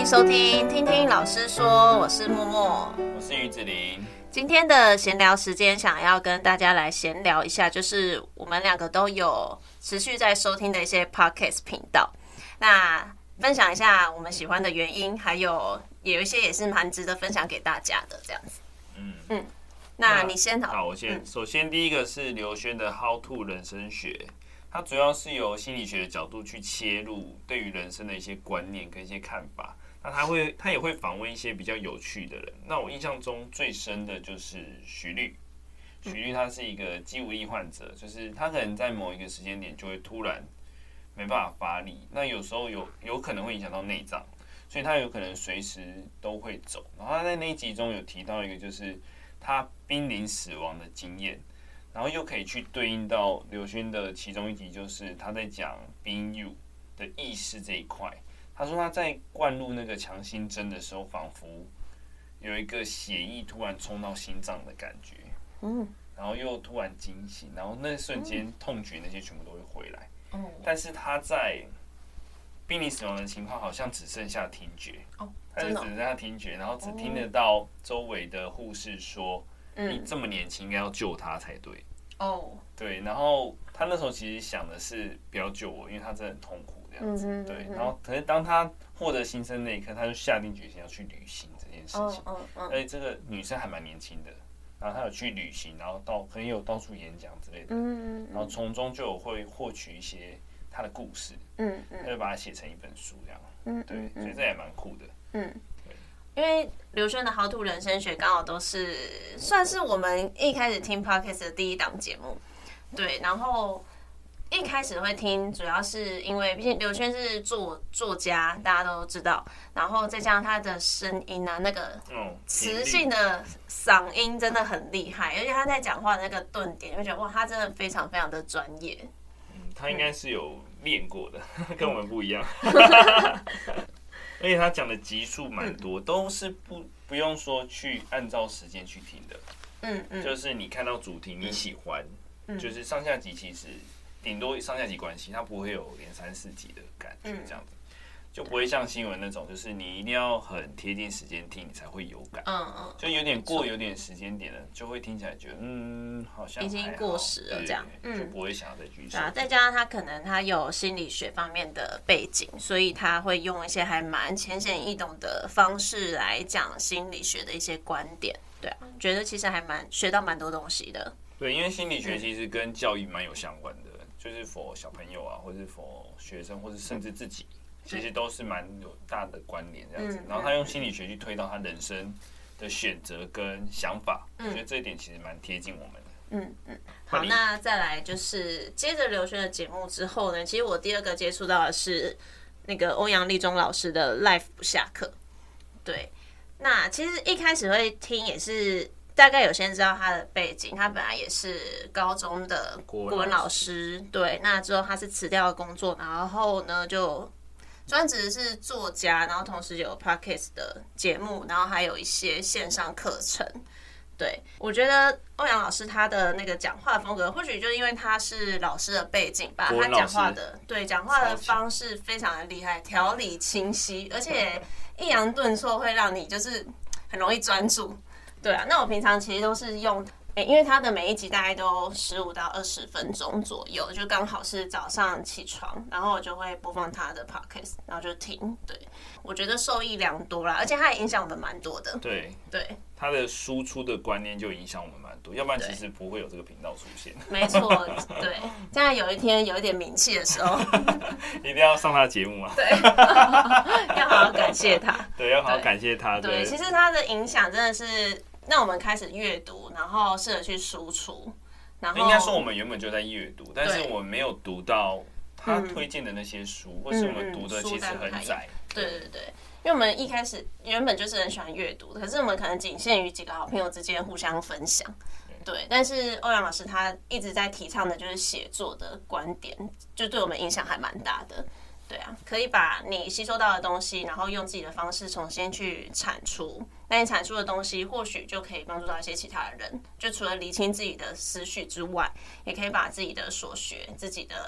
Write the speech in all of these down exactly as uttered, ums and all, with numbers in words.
迎收听听听老师说，我是默默， 我是于子琳。 今天的闲聊时间，想要跟大家来闲聊一下，就是我们两个都有持续在收听的一些 podcast 频道，那分享一下我们喜欢的原因，还有也有一些也是蛮值得分享给大家的这样子。嗯嗯，那你先好。 好，我先。嗯、首先第一个是刘轩的 How to 人生学，它主要是由心理学的角度去切入对于人生的一些观念跟一些看法。那他会，他也会访问一些比较有趣的人。那我印象中最深的就是徐律，徐律他是一个肌无力患者，就是他可能在某一个时间点就会突然没办法发力，那有时候有有可能会影响到内脏，所以他有可能随时都会走。然后他在那一集中有提到一个，就是他濒临死亡的经验，然后又可以去对应到刘轩的其中一集，就是他在讲 being you 的意识这一块。他说他在灌入那个强心针的时候，仿佛有一个血液突然冲到心脏的感觉，嗯，然后又突然惊醒，然后那瞬间痛觉那些全部都会回来，嗯，但是他在濒临死亡的情况，好像只剩下听觉，哦，他就只剩下听觉，然后只听得到周围的护士说，嗯，你这么年轻，应该要救他才对，哦，对，然后他那时候其实想的是不要救我，因为他真的很痛苦。这样子，对，然后可是当他获得新生那一刻，他就下定决心要去旅行这件事情。嗯嗯、而且这个女生还蛮年轻的，然后她有去旅行，然后到可能有到处演讲之类的，嗯、然后从中就有会获取一些她的故事，嗯嗯、他就把它写成一本书这样，嗯、对，所以这也蛮酷的。嗯， 因为刘轩的《How to 人生学》刚好都是算是我们一开始听 Podcast 的第一档节目，对，然后。一开始会听，主要是因为毕竟刘轩是作作家，大家都知道，然后再加上他的声音啊，那个磁性的嗓音真的很厉害，而且他在讲话的那个顿点，就觉得哇，他真的非常非常的专业。 嗯，他应该是有练过的，嗯、跟我们不一样。而且他讲的集数蛮多，嗯、都是不不用说去按照时间去听的。嗯嗯，就是你看到主题你喜欢，嗯、就是上下集其实。顶多上下集关系，它不会有连三四集的感觉，这样子、嗯、就不会像新闻那种，就是你一定要很贴近时间听，你才会有感。嗯嗯，就有点过有点时间点了，就会听起来觉得嗯，好像已经过时了这样， 嗯，就不会想要再继续。 啊，再加上他可能他有心理学方面的背景，所以他会用一些还蛮浅显易懂的方式来讲心理学的一些观点。对啊，觉得其实还蛮学到蛮多东西的。 对，因为心理学其实跟教育蛮有相关的。就是 for 小朋友啊，或是 for 学生，或是甚至自己，其实都是蛮有大的关联这样子。然后他用心理学去推到他人生的选择跟想法，我觉得这一点其实蛮贴近我们的。嗯嗯。 好，那再来就是接着刘轩的节目之后呢，其实我第二个接触到的是那个欧阳立中老师的 Life 不下课。对，那其实一开始会听也是。大概有些人知道他的背景，他本来也是高中的国文老师，对。那之后他是辞掉了工作，然后呢就专职是作家，然后同时有 podcast 的节目，然后还有一些线上课程。对，我觉得欧阳老师他的那个讲话风格，或许就因为他是老师的背景吧，他讲话的对讲话的方式非常的厉害，条理清晰，而且抑扬顿挫会让你就是很容易专注。对啊，那我平常其实都是用，欸、因为他的每一集大概都十五到二十分钟左右，就刚好是早上起床，然后我就会播放他的 podcast， 然后就听。对，我觉得受益良多啦，而且他也影响我们蛮多的。 对对， 他的输出的观念就影响我们蛮多，要不然其实不会有这个频道出现。 没错，对，这样有一天有一点名气的时候， 一定要上他的节目嘛。 对，要好好感谢他。 对，要好好感谢他。 对，其实他的影响真的是。让我们开始阅读，然后试着去输出。然后应该说我们原本就在阅读，但是我们没有读到他推荐的那些书，嗯、或是我们读的其实很窄。 对对对，因为我们一开始原本就是很喜欢阅读，可是我们可能仅限于几个好朋友之间互相分享。对，但是欧阳老师他一直在提倡的就是写作的观点，就对我们影响还蛮大的。对啊，可以把你吸收到的东西，然后用自己的方式重新去产出。那你产出的东西，或许就可以帮助到一些其他的人。就除了理清自己的思绪之外，也可以把自己的所学、自己的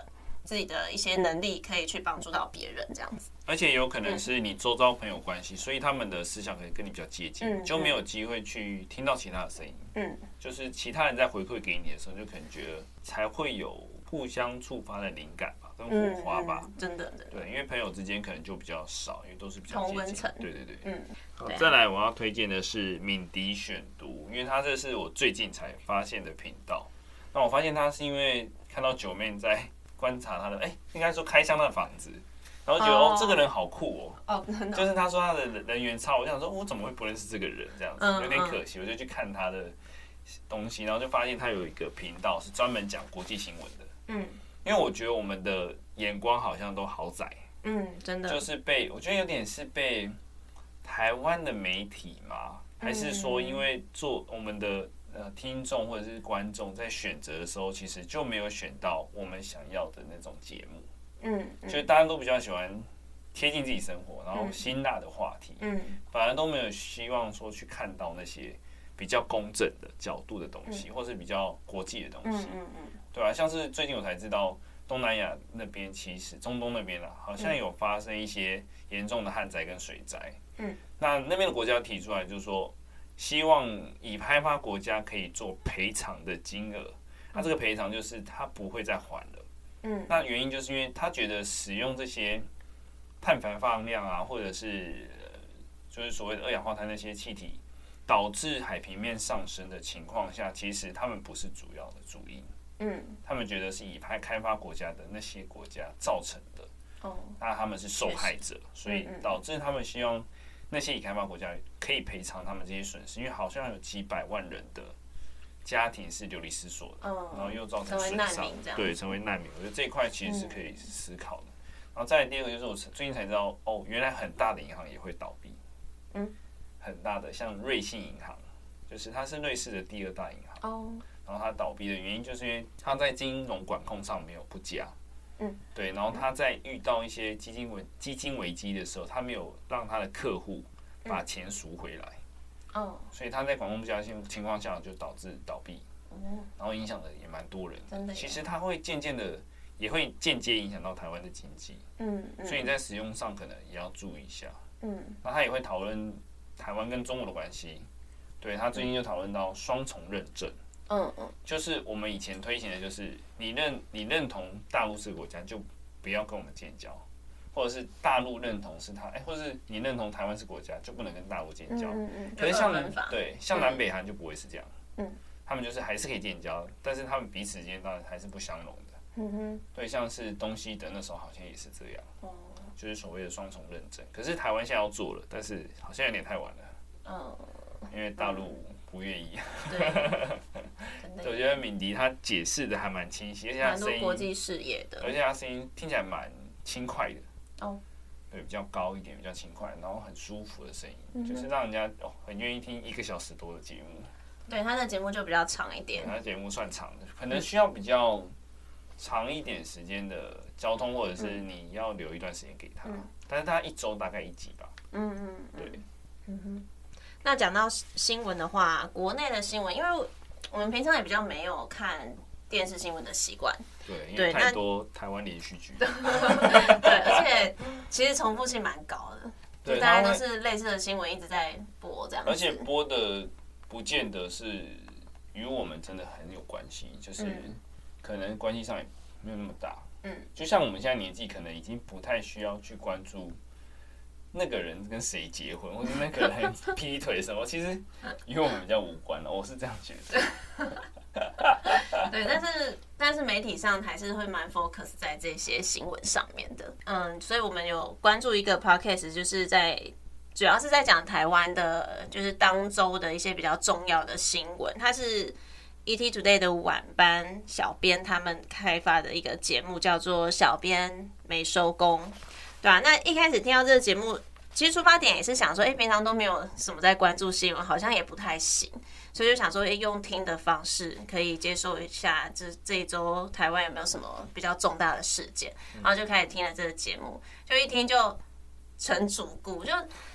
自己的一些能力可以去帮助到别人这样子。 而且有可能是你周遭朋友关系，所以他们的思想可能跟你比较接近， 嗯、 就没有机会去听到其他的声音。 嗯， 就是其他人在回馈给你的时候，就可能觉得才会有互相触发的灵感吧，跟火花吧。 嗯嗯、真的，真的。 对，因为朋友之间可能就比较少，因为都是比较接近。 同温层。 对对对。 嗯。 好，再来我要推荐的是敏迪选读，因为它这是我最近才发现的频道。那我发现它是因为看到九妹在观察他的，哎、欸，应该说开箱他的房子。然后觉得 哦, 哦，这个人好酷哦，哦就是他说他的人缘超，我想说我怎么会不认识这个人这样子，嗯、有点可惜，我就去看他的东西，然后就发现他有一个频道是专门讲国际新闻的，嗯，因为我觉得我们的眼光好像都好窄， 嗯，真的， 就是被我觉得有点是被台湾的媒体嘛，还是说因为做我们的呃听众或者是观众在选择的时候，其实就没有选到我们想要的那种节目。嗯，就是大家都比较喜欢贴近自己生活，然后辛辣的话题，嗯，反而都没有希望说去看到那些比较公正的角度的东西，嗯、或是比较国际的东西，嗯嗯对吧、啊？像是最近我才知道，东南亚那边其实中东那边啊，好像有发生一些严重的旱灾跟水灾，嗯，那那边的国家提出来就是说，希望已开发国家可以做赔偿的金额，那、啊、这个赔偿就是他不会再还了。嗯，那原因就是因为他觉得使用这些碳排放量啊，或者是就是所谓的二氧化碳那些气体，导致海平面上升的情况下，其实他们不是主要的主因。嗯，他们觉得是以开开发国家的那些国家造成的。哦，那他们是受害者，所以导致他们希望那些已开发国家可以赔偿他们这些损失，因为好像有几百万人的家庭是流离失所的，嗯、然后又造成损伤，对，成为难民。我觉得这一块其实是可以思考的。嗯、然后再来第二个就是我最近才知道，哦，原来很大的银行也会倒闭，嗯，很大的像瑞信银行，就是它是瑞士的第二大银行，哦，然后它倒闭的原因就是因为它在金融管控上没有不佳，嗯，对，然后它在遇到一些基金危基金危机的时候，它没有让它的客户把钱赎回来。哦，所以他在管控不佳的情况下就导致倒闭，嗯、然后影响的也蛮多人。真的，其实它会渐渐的，也会间接影响到台湾的经济。嗯，嗯所以你在使用上可能也要注意一下。嗯，那他也会讨论台湾跟中国的关系。对他最近就讨论到双重认证。嗯嗯，就是我们以前推行的就是你认你认同大陆是个国家，就不要跟我们建交。或者是大陆认同是他，哎、欸，或者是你认同台湾是国家，就不能跟大陆建交。嗯嗯可是像对像南北韩就不会是这样，嗯，他们就是还是可以建交，但是他们彼此之间当然还是不相容的。嗯哼，对，像是东西德那时候好像也是这样，哦，就是所谓的双重认证。可是台湾现在要做了，但是好像有点太晚了，嗯，因为大陆不愿意。对，对我觉得敏迪他解释的还蛮清晰，而且他声音蛮多国际视野的， 而且他声音听起来蛮轻快的。哦，对，比较高一点，比较轻快，然后很舒服的声音，嗯、就是让人家哦很愿意听一个小时多的节目。 对，他的节目就比较长一点， 他的节目算长的，可能需要比较长一点时间的交通，或者是你要留一段时间给他，嗯、但是他一周大概一集吧。嗯嗯，对， 嗯哼。那讲到新闻的话，国内的新闻，因为我们平常也比较没有看电视新闻的习惯。 对，因为太多台湾连续剧。 对，而且其实重复性蛮高的，就大家都是类似的新闻一直在播这样子。 而且播的不见得是与我们真的很有关系，就是可能关系上也没有那么大。嗯，就像我们现在年纪，可能已经不太需要去关注那个人跟谁结婚，或者那个人劈腿什么，其实与我们比较无关了。我是这样觉得。 对，但是但是媒体上还是会蛮 focus 在这些新闻上面的，嗯，所以我们有关注一个 podcast， 就是在主要是在讲台湾的，就是当周的一些比较重要的新闻。它是 E T Today 的晚班小编他们开发的一个节目，叫做《小编没收工》，对吧、啊？那一开始听到这个节目，其实出发点也是想说，哎、欸，平常都没有什么在关注新闻，好像也不太行。所以就想说，哎，用听的方式可以接受一下这这一周台湾有没有什么比较重大的事件，然后就开始听了这个节目，就一听就成主顾，就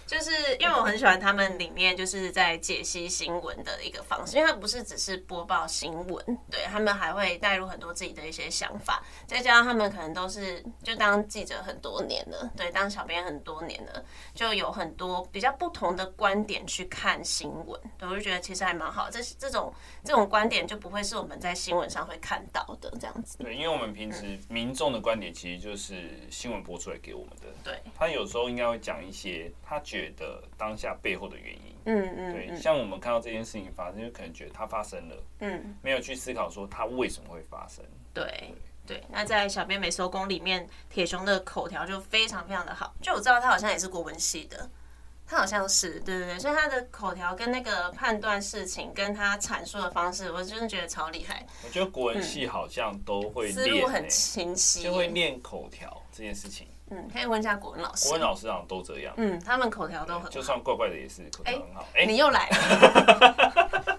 就是因为我很喜欢他们里面就是在解析新闻的一个方式，因为它不是只是播报新闻，对他们还会带入很多自己的一些想法，再加上他们可能都是就当记者很多年了，对，当小编很多年了，就有很多比较不同的观点去看新闻，对，我就觉得其实还蛮好，这这种这种观点就不会是我们在新闻上会看到的这样子。 对，因为我们平时民众的观点其实就是新闻播出来给我们的， 对， 他有时候应该会讲一些他觉得当下背后的原因。 嗯嗯， 对，像我们看到这件事情发生，就可能觉得它发生了， 嗯， 没有去思考说它为什么会发生。 对。对，那在小编没收工里面，铁雄的口条就非常非常的好，就我知道他好像也是国文系的，他好像是，对对对，所以他的口条跟那个判断事情，跟他阐述的方式，我真的觉得超厉害。 我觉得国文系好像都会练、欸， 思路很清晰， 就会练口条这件事情。 嗯，可以问一下国文老师。 国文老师好像都这样。 嗯，他们口条都很好， 就算怪怪的也是口条很好。哎、欸， 你又来了。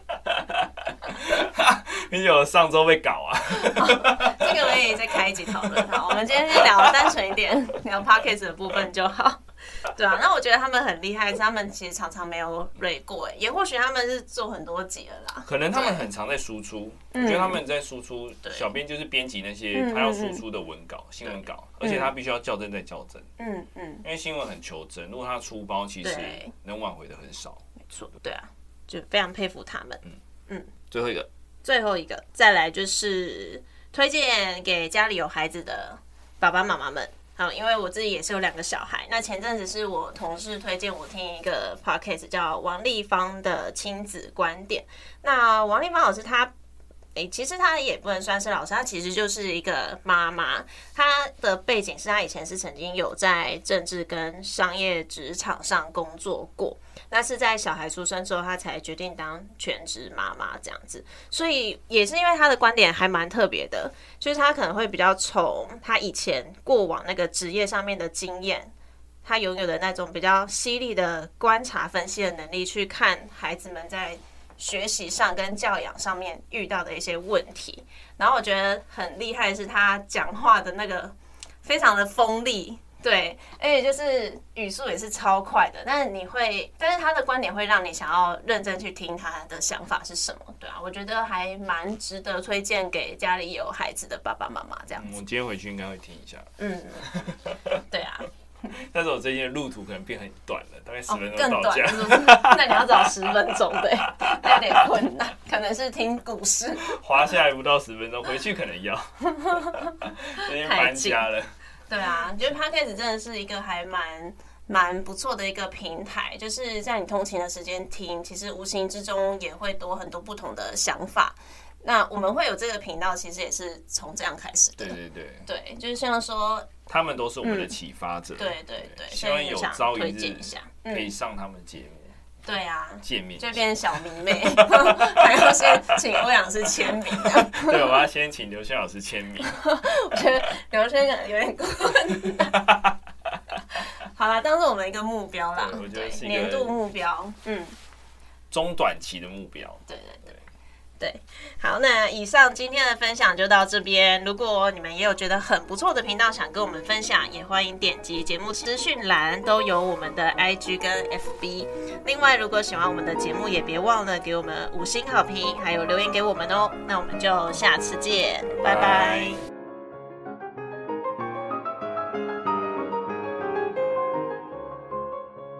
你有上周被搞啊？ 哦、这个我也再开一集讨论。好，我们今天先聊单纯一点，聊 podcast 的部分就好。对啊，那我觉得他们很厉害，他们其实常常没有蕊过，哎，也或许他们是做很多集了啦。 可能他们很常在输出，我觉得他们在输出，小编就是编辑那些他要输出的文稿、新闻稿，而且他必须要校正再校正。嗯嗯，因为新闻很求真，如果他出包，其实能挽回的很少。 没错，对啊，就非常佩服他们。嗯嗯，最后一个。 最后一个，再来就是推荐给家里有孩子的爸爸妈妈们。好，因为我自己也是有两个小孩。那前阵子是我同事推荐我听一个 podcast， 叫王丽芳的亲子观点。那王丽芳老师她，欸，其实她也不能算是老师，她其实就是一个妈妈。她的背景是她以前是曾经有在政治跟商业职场上工作过。那是在小孩出生之后，他才决定当全职妈妈这样子，所以也是因为他的观点还蛮特别的，就是他可能会比较从他以前过往那个职业上面的经验，他拥有的那种比较犀利的观察分析的能力，去看孩子们在学习上跟教养上面遇到的一些问题。然后我觉得很厉害的是他讲话的那个非常的锋利。对，而且就是语速也是超快的，但是你会，但是他的观点会让你想要认真去听他的想法是什么，对啊，我觉得还蛮值得推荐给家里有孩子的爸爸妈妈这样子。 嗯、我今天回去应该会听一下。 嗯，对啊。 但是我最近的路途可能变很短了，大概十分钟到家。 哦、更短，那你要找十分钟的，那有点困难，可能是听故事。 滑下来不到十分钟，回去可能要。最近搬家了。 对啊，我觉得 Podcast 真的是一个还蛮蛮不错的一个平台，就是在你通勤的时间听，其实无形之中也会多很多不同的想法。那我们会有这个频道，其实也是从这样开始的。 对对对， 对，就是像说， 他们都是我们的启发者。 嗯、对对对， 希望有朝一日可以嗯、 上他们节目。 对啊， 见面就变小迷妹，还要先请欧阳老师签名。 对，我要先请刘轩老师签名。 我觉得刘轩可能有点困难。好啦，当做我们一个目标啦， 我觉得是一个年度目标，嗯， 中短期的目标。 对对对。对，好，那以上今天的分享就到这边。如果你们也有觉得很不错的频道想跟我们分享，也欢迎点击节目资讯栏，都有我们的 I G 跟 F B。另外，如果喜欢我们的节目，也别忘了给我们五星好评，还有留言给我们哦。那我们就下次见，拜拜。